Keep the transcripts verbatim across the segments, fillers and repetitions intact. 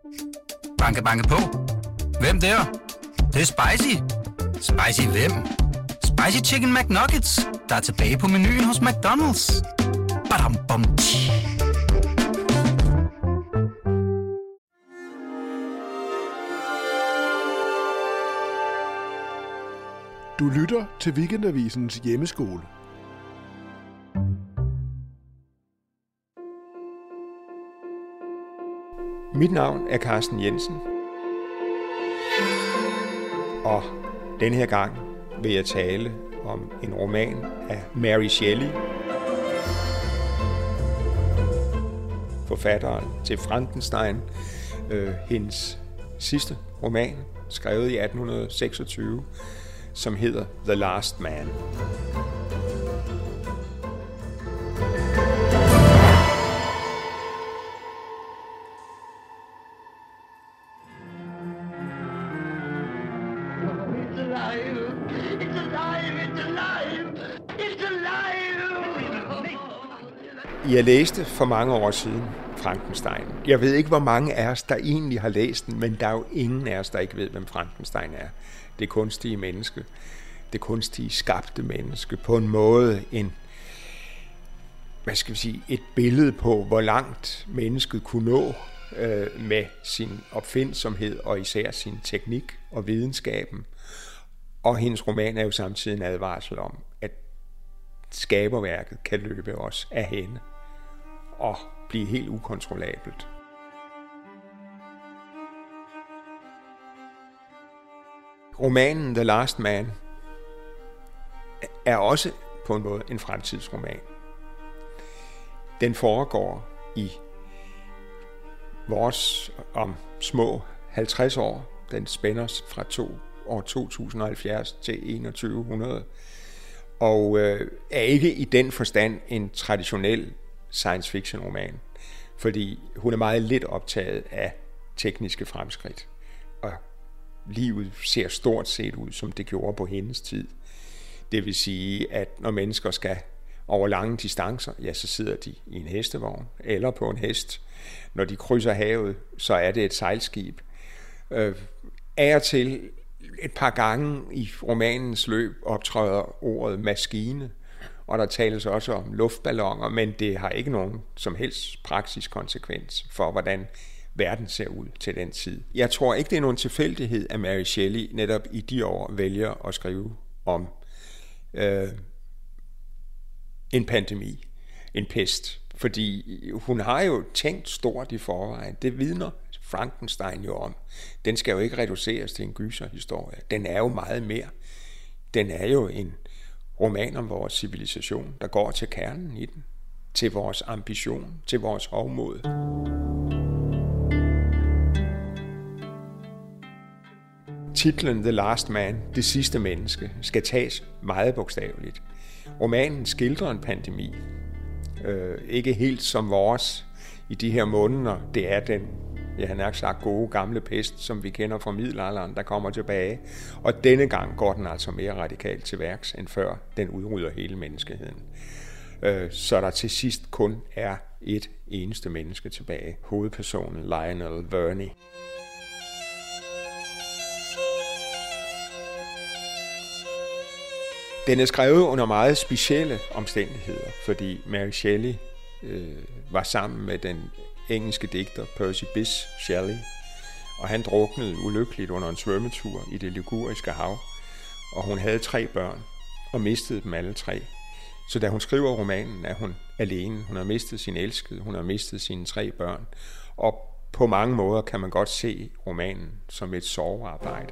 Banke, banke på. Hvem der? Det, det er spicy. Spicy hvem? Spicy Chicken McNuggets, der er tilbage på menuen hos McDonald's. Badum, bom, tji. Du lytter til Weekendavisens hjemmeskole. Mit navn er Carsten Jensen, og denne her gang vil jeg tale om en roman af Mary Shelley, forfatteren til Frankenstein, øh, hendes sidste roman, skrevet i atten seksogtyve, som hedder The Last Man. Jeg læste for mange år siden Frankenstein. Jeg ved ikke, hvor mange af os, der egentlig har læst den, men der er jo ingen af os, der ikke ved, hvem Frankenstein er. Det kunstige menneske. Det kunstige skabte menneske. På en måde en, hvad skal vi sige, et billede på, hvor langt mennesket kunne nå øh, med sin opfindsomhed og især sin teknik og videnskaben. Og hendes roman er jo samtidig en advarsel om, at skaberværket kan løbe os af hende og blive helt ukontrollabelt. Romanen The Last Man er også på en måde en fremtidsroman. Den foregår i vores om små halvtreds år. Den spænder fra to, år to tusind og halvfjerds til enogtyve hundrede, og øh, er ikke i den forstand en traditionel science fiction roman, fordi hun er meget lidt optaget af tekniske fremskridt, og livet ser stort set ud, som det gjorde på hendes tid. Det vil sige, at når mennesker skal over lange distancer, ja, så sidder de i en hestevogn eller på en hest. Når de krydser havet, så er det et sejlskib. Øh, af og til et par gange i romanens løb optræder ordet maskine, og der tales også om luftballoner, men det har ikke nogen som helst praktisk konsekvens for, hvordan verden ser ud til den tid. Jeg tror ikke, det er nogen tilfældighed, at Mary Shelley netop i de år vælger at skrive om øh, en pandemi, en pest. Fordi hun har jo tænkt stort i forvejen. Det vidner Frankenstein jo om. Den skal jo ikke reduceres til en gyserhistorie. Den er jo meget mere. Den er jo en roman om vores civilisation, der går til kernen i den. Til vores ambition, til vores hovmod. Titlen The Last Man, det sidste menneske, skal tages meget bogstaveligt. Romanen skildrer en pandemi. Øh, ikke helt som vores i de her måneder. Det er den, jeg har nok sagt, gode gamle pest, som vi kender fra middelalderen, der kommer tilbage. Og denne gang går den altså mere radikalt til værks end før. Den udrydder hele menneskeheden. Øh, så der til sidst kun er et eneste menneske tilbage. Hovedpersonen Lionel Verney. Den er skrevet under meget specielle omstændigheder, fordi Mary Shelley øh, var sammen med den engelske digter Percy Bysshe Shelley, og han druknede ulykkeligt under en svømmetur i det liguriske hav, og hun havde tre børn og mistede dem alle tre. Så da hun skriver romanen, er hun alene. Hun har mistet sin elskede, hun har mistet sine tre børn, og på mange måder kan man godt se romanen som et sorgarbejde.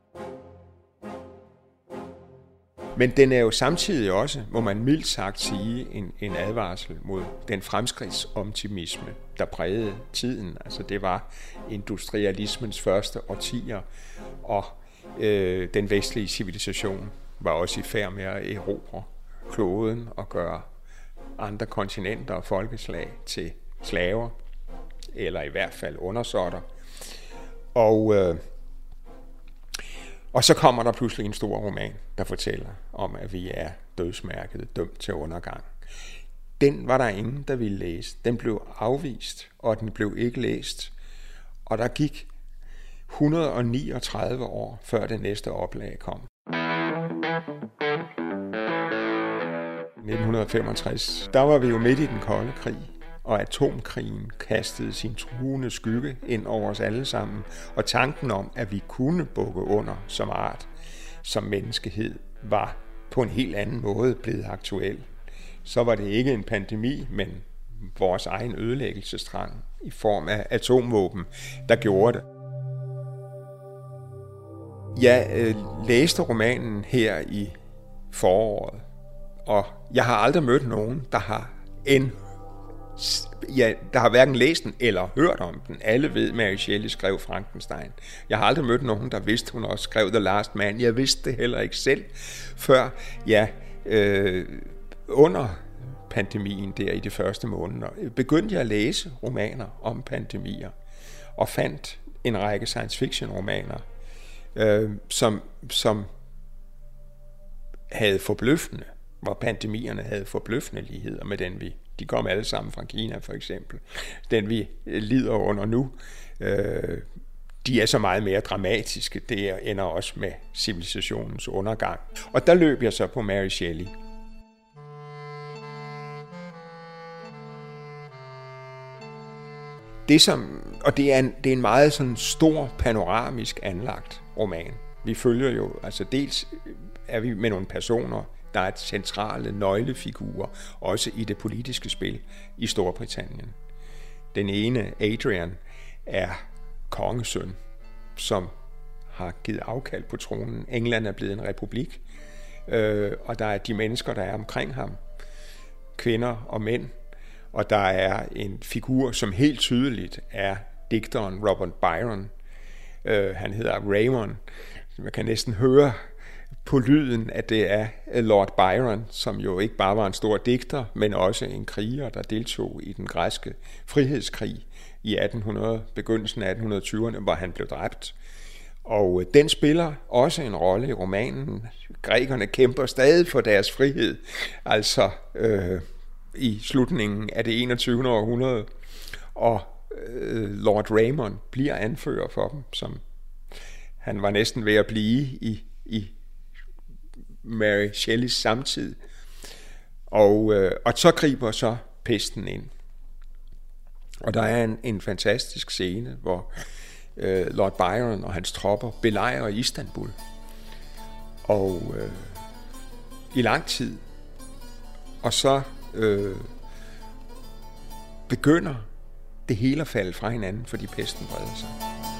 Men den er jo samtidig også, må man mildt sagt sige, en, en advarsel mod den fremskridtsoptimisme, der prægede tiden. Altså det var industrialismens første årtier, og øh, den vestlige civilisation var også i færd med at erobre kloden og gøre andre kontinenter og folkeslag til slaver, eller i hvert fald undersåtter. Og øh, Og så kommer der pludselig en stor roman, der fortæller om, at vi er dødsmærket, dømt til undergang. Den var der ingen, der ville læse. Den blev afvist, og den blev ikke læst. Og der gik et hundrede og niogtredive år, før det næste oplag kom. nitten femogtres, der var vi jo midt i den kolde krig, og atomkrigen kastede sin truende skygge ind over os alle sammen, og tanken om, at vi kunne bukke under som art, som menneskehed, var på en helt anden måde blevet aktuel. Så var det ikke en pandemi, men vores egen ødelæggelsestrang i form af atomvåben, der gjorde det. Jeg øh, læste romanen her i foråret, og jeg har aldrig mødt nogen, der har en, ja, der har hverken læst den eller hørt om den. Alle ved, at Mary Shelley skrev Frankenstein. Jeg har aldrig mødt nogen, der vidste, hun også skrev The Last Man. Jeg vidste det heller ikke selv, før ja, øh, under pandemien der i de første måneder begyndte jeg at læse romaner om pandemier, og fandt en række science fiction romaner, øh, som, som havde forbløffende, hvor pandemierne havde forbløffende ligheder med den vi, de kom alle sammen fra Kina for eksempel, den vi lider under nu, øh, de er så meget mere dramatiske, det ender også med civilisationens undergang. Og der løb jeg så på Mary Shelley. Det som, og det er en, det er en meget sådan stor panoramisk anlagt roman. Vi følger jo, altså dels er vi med nogle personer, der er centrale nøglefigurer, også i det politiske spil i Storbritannien. Den ene, Adrian, er kongesøn, som har givet afkald på tronen. England er blevet en republik, øh, og der er de mennesker, der er omkring ham, kvinder og mænd, og der er en figur, som helt tydeligt er digteren Robert Byron. Øh, han hedder Raymond. Man kan næsten høre på lyden, at det er Lord Byron, som jo ikke bare var en stor digter, men også en kriger, der deltog i den græske frihedskrig i atten hundrede, begyndelsen af atten tyverne, hvor han blev dræbt. Og den spiller også en rolle i romanen. Grækerne kæmper stadig for deres frihed, altså øh, i slutningen af det enogtyvende århundrede, og øh, Lord Raymond bliver anfører for dem, som han var næsten ved at blive i, i Mary Shelleys samtid. Og, øh, og så griber så pesten ind. Og der er en, en fantastisk scene, hvor øh, Lord Byron og hans tropper belejrer Istanbul. Og øh, i lang tid. Og så øh, begynder det hele at falde fra hinanden, fordi pesten breder sig.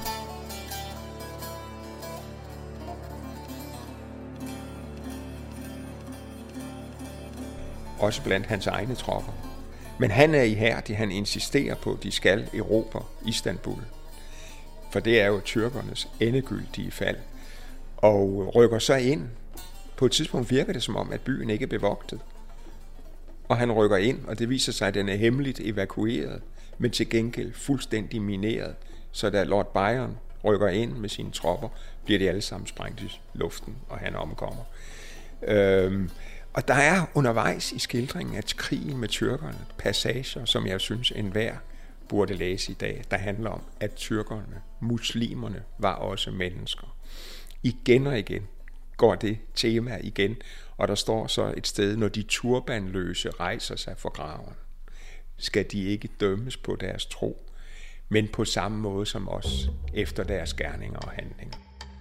Også blandt hans egne tropper. Men han er ihærdig, han insisterer på, at de skal erobre Istanbul. For det er jo tyrkernes endegyldige fald. Og rykker så ind. På et tidspunkt virker det som om, at byen ikke er bevogtet. Og han rykker ind, og det viser sig, at den er hemmeligt evakueret, men til gengæld fuldstændig mineret. Så da Lord Byron rykker ind med sine tropper, bliver de alle sammen sprængt i luften, og han omkommer. Øhm, Og der er undervejs i skildringen af krigen med tyrkerne passager, som jeg synes enhver burde læse i dag, der handler om, at tyrkerne, muslimerne, var også mennesker. Igen og igen går det tema igen, og der står så et sted, når de turbanløse rejser sig for graven, skal de ikke dømmes på deres tro, men på samme måde som os, efter deres gerninger og handlinger.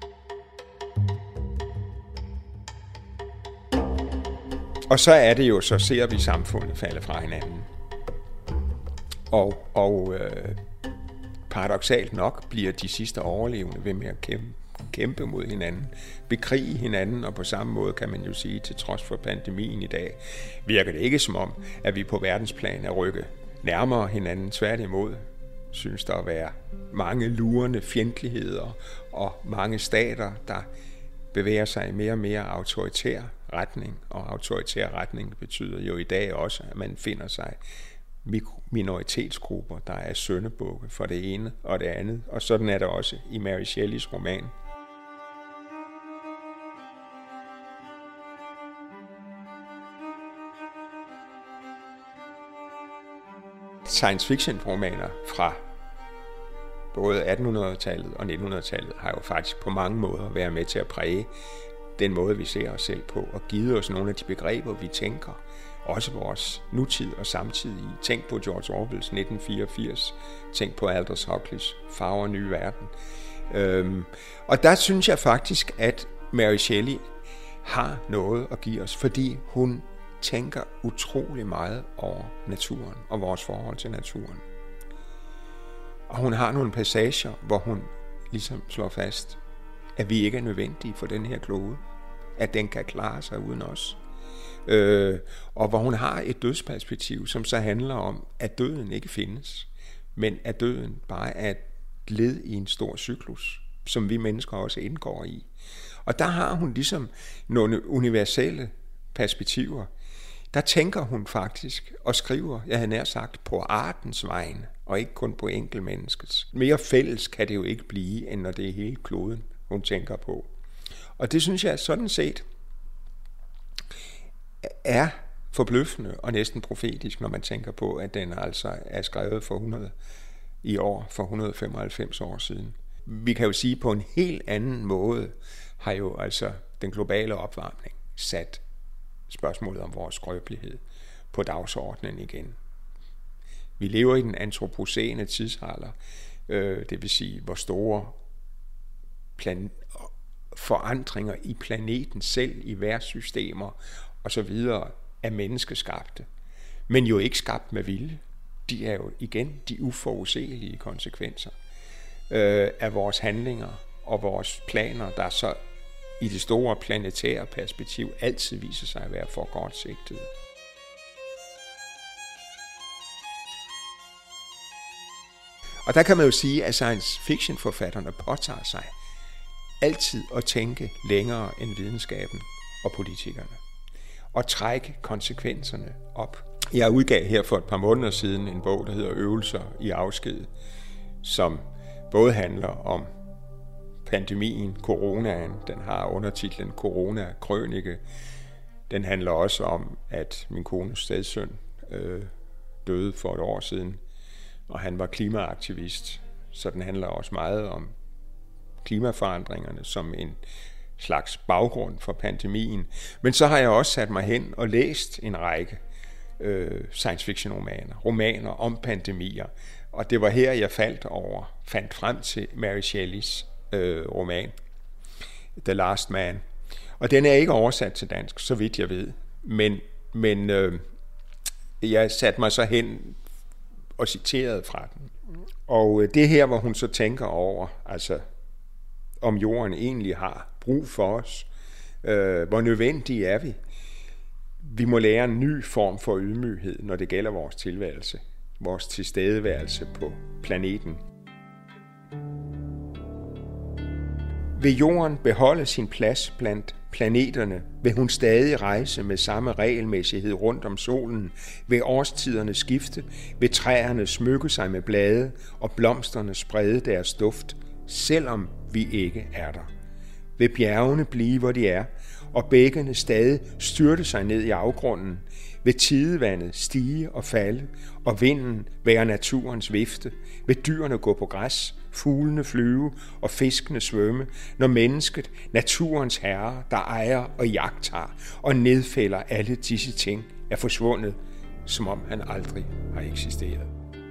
Og så er det jo, så ser vi samfundet falde fra hinanden. Og, og øh, paradoksalt nok bliver de sidste overlevende ved med at kæmpe, kæmpe mod hinanden, bekrige hinanden, og på samme måde kan man jo sige, til trods for pandemien i dag, virker det ikke som om, at vi på verdensplan er rykket nærmere hinanden. Tværtimod synes der at være mange lurende fjendtligheder og mange stater, der bevæger sig i mere og mere autoritær retning, og autoritær retning betyder jo i dag også, at man finder sig minoritetsgrupper, der er syndebukke for det ene og det andet, og sådan er det også i Mary Shelleys roman. Science fiction romaner fra både attenhundredetallet og nittenhundredetallet har jo faktisk på mange måder været med til at præge den måde, vi ser os selv på, og givet os nogle af de begreber, vi tænker, også vores nutid og samtidige. Tænk på George Orwells nitten fireogfirs, tænk på Aldous Huxleys Farver nye verden. Øhm, og der synes jeg faktisk, at Mary Shelley har noget at give os, fordi hun tænker utrolig meget over naturen og vores forhold til naturen. Og hun har nogle passager, hvor hun ligesom slår fast, at vi ikke er nødvendige for den her klode, at den kan klare sig uden os. Øh, og hvor hun har et dødsperspektiv, som så handler om, at døden ikke findes, men at døden bare er et led i en stor cyklus, som vi mennesker også indgår i. Og der har hun ligesom nogle universelle perspektiver. Der tænker hun faktisk og skriver, jeg havde nær sagt, på artens vegne, og ikke kun på enkeltmenneskets. Mere fælles kan det jo ikke blive, end når det er hele kloden, hun tænker på. Og det synes jeg sådan set er forbløffende og næsten profetisk, når man tænker på, at den altså er skrevet for hundrede i år, for et hundrede og femoghalvfems år siden. Vi kan jo sige, på en helt anden måde har jo altså den globale opvarmning sat spørgsmålet om vores skrøbelighed på dagsordenen igen. Vi lever i den antropocæne tidsalder, øh, det vil sige, hvor store plan- forandringer i planeten selv, i vejrsystemer og så videre er menneskeskabte, men jo ikke skabt med vilje. De er jo igen de uforudsigelige konsekvenser øh, af vores handlinger og vores planer, der så i det store planetære perspektiv altid viser sig at være for kortsigtede. Og der kan man jo sige, at science fiction forfatterne påtager sig altid at tænke længere end videnskaben og politikerne, og trække konsekvenserne op. Jeg udgav her for et par måneder siden en bog, der hedder Øvelser i afsked, som både handler om pandemien, coronaen, den har undertitlen Corona-krønike. Den handler også om, at min kones stedsøn øh, døde for et år siden, og han var klimaaktivist, så den handler også meget om klimaforandringerne som en slags baggrund for pandemien. Men så har jeg også sat mig hen og læst en række øh, science fiction romaner, romaner om pandemier, og det var her, jeg faldt over, fandt frem til Mary Shelleys øh, roman, The Last Man. Og den er ikke oversat til dansk, så vidt jeg ved, men, men øh, jeg satte mig så hen og citerede fra den. Og øh, det her, hvor hun så tænker over, altså om jorden egentlig har brug for os, øh, hvor nødvendige er vi. Vi må lære en ny form for ydmyghed, når det gælder vores tilværelse, vores tilstedeværelse på planeten. Vil jorden beholde sin plads blandt planeterne, vil hun stadig rejse med samme regelmæssighed rundt om solen, vil årstiderne skifte, vil træerne smykke sig med blade og blomsterne sprede deres duft, selvom vi ikke er der. Vil bjergene blive, hvor de er, og bækkene stadig styrte sig ned i afgrunden, vil tidevandet stige og falde, og vinden være naturens vifte, vil dyrene gå på græs, fuglene flyve og fiskene svømme, når mennesket, naturens herre, der ejer og jagttager og nedfælder alle disse ting, er forsvundet, som om han aldrig har eksisteret.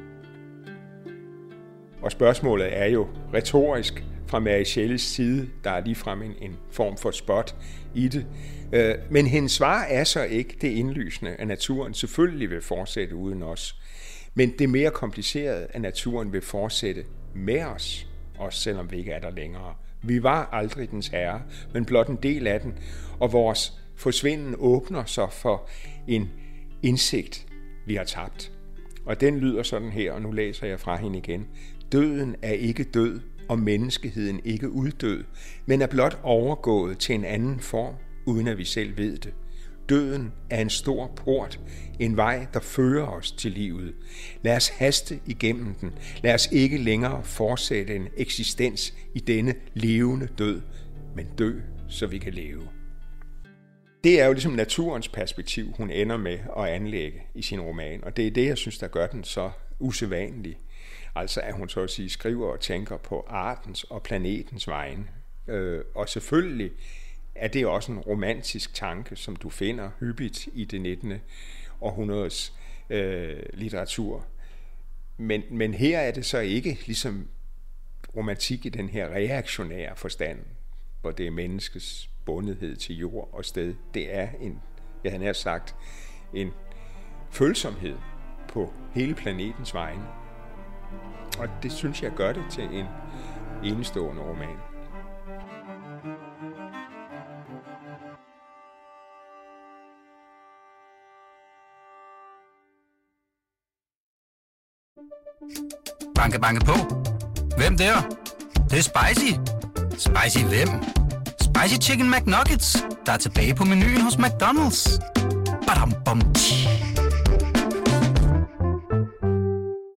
Og spørgsmålet er jo retorisk fra Mary Shelleys side, der er ligefrem en, en form for spot i det. Men hendes svar er så ikke det indlysende, at naturen selvfølgelig vil fortsætte uden os. Men det mere komplicerede, at naturen vil fortsætte med os, også selvom vi ikke er der længere. Vi var aldrig dens herre, men blot en del af den, og vores forsvinden åbner sig for en indsigt, vi har tabt. Og den lyder sådan her, og nu læser jeg fra hende igen. Døden er ikke død, og menneskeheden ikke uddød, men er blot overgået til en anden form, uden at vi selv ved det. Døden er en stor port, en vej, der fører os til livet. Lad os haste igennem den. Lad os ikke længere fortsætte en eksistens i denne levende død, men dø, så vi kan leve. Det er jo ligesom naturens perspektiv, hun ender med at anlægge i sin roman, og det er det, jeg synes, der gør den så usædvanlig. Altså at hun så at sige skriver og tænker på artens og planetens vegne. Øh, og selvfølgelig er det også en romantisk tanke, som du finder hyppigt i det nittende århundredes øh, litteratur. Men, men her er det så ikke ligesom romantik i den her reaktionære forstand, hvor det er menneskets bundethed til jord og sted. Det er en, jeg havde nær sagt, en følsomhed på hele planetens vegne. Og det synes jeg gør det til en enestående roman. Banke, banke på. Hvem der? Det, det er spicy. Spicy hvem? Spicy Chicken McNuggets, der er tilbage på menuen hos McDonald's. Badum, bom, tji.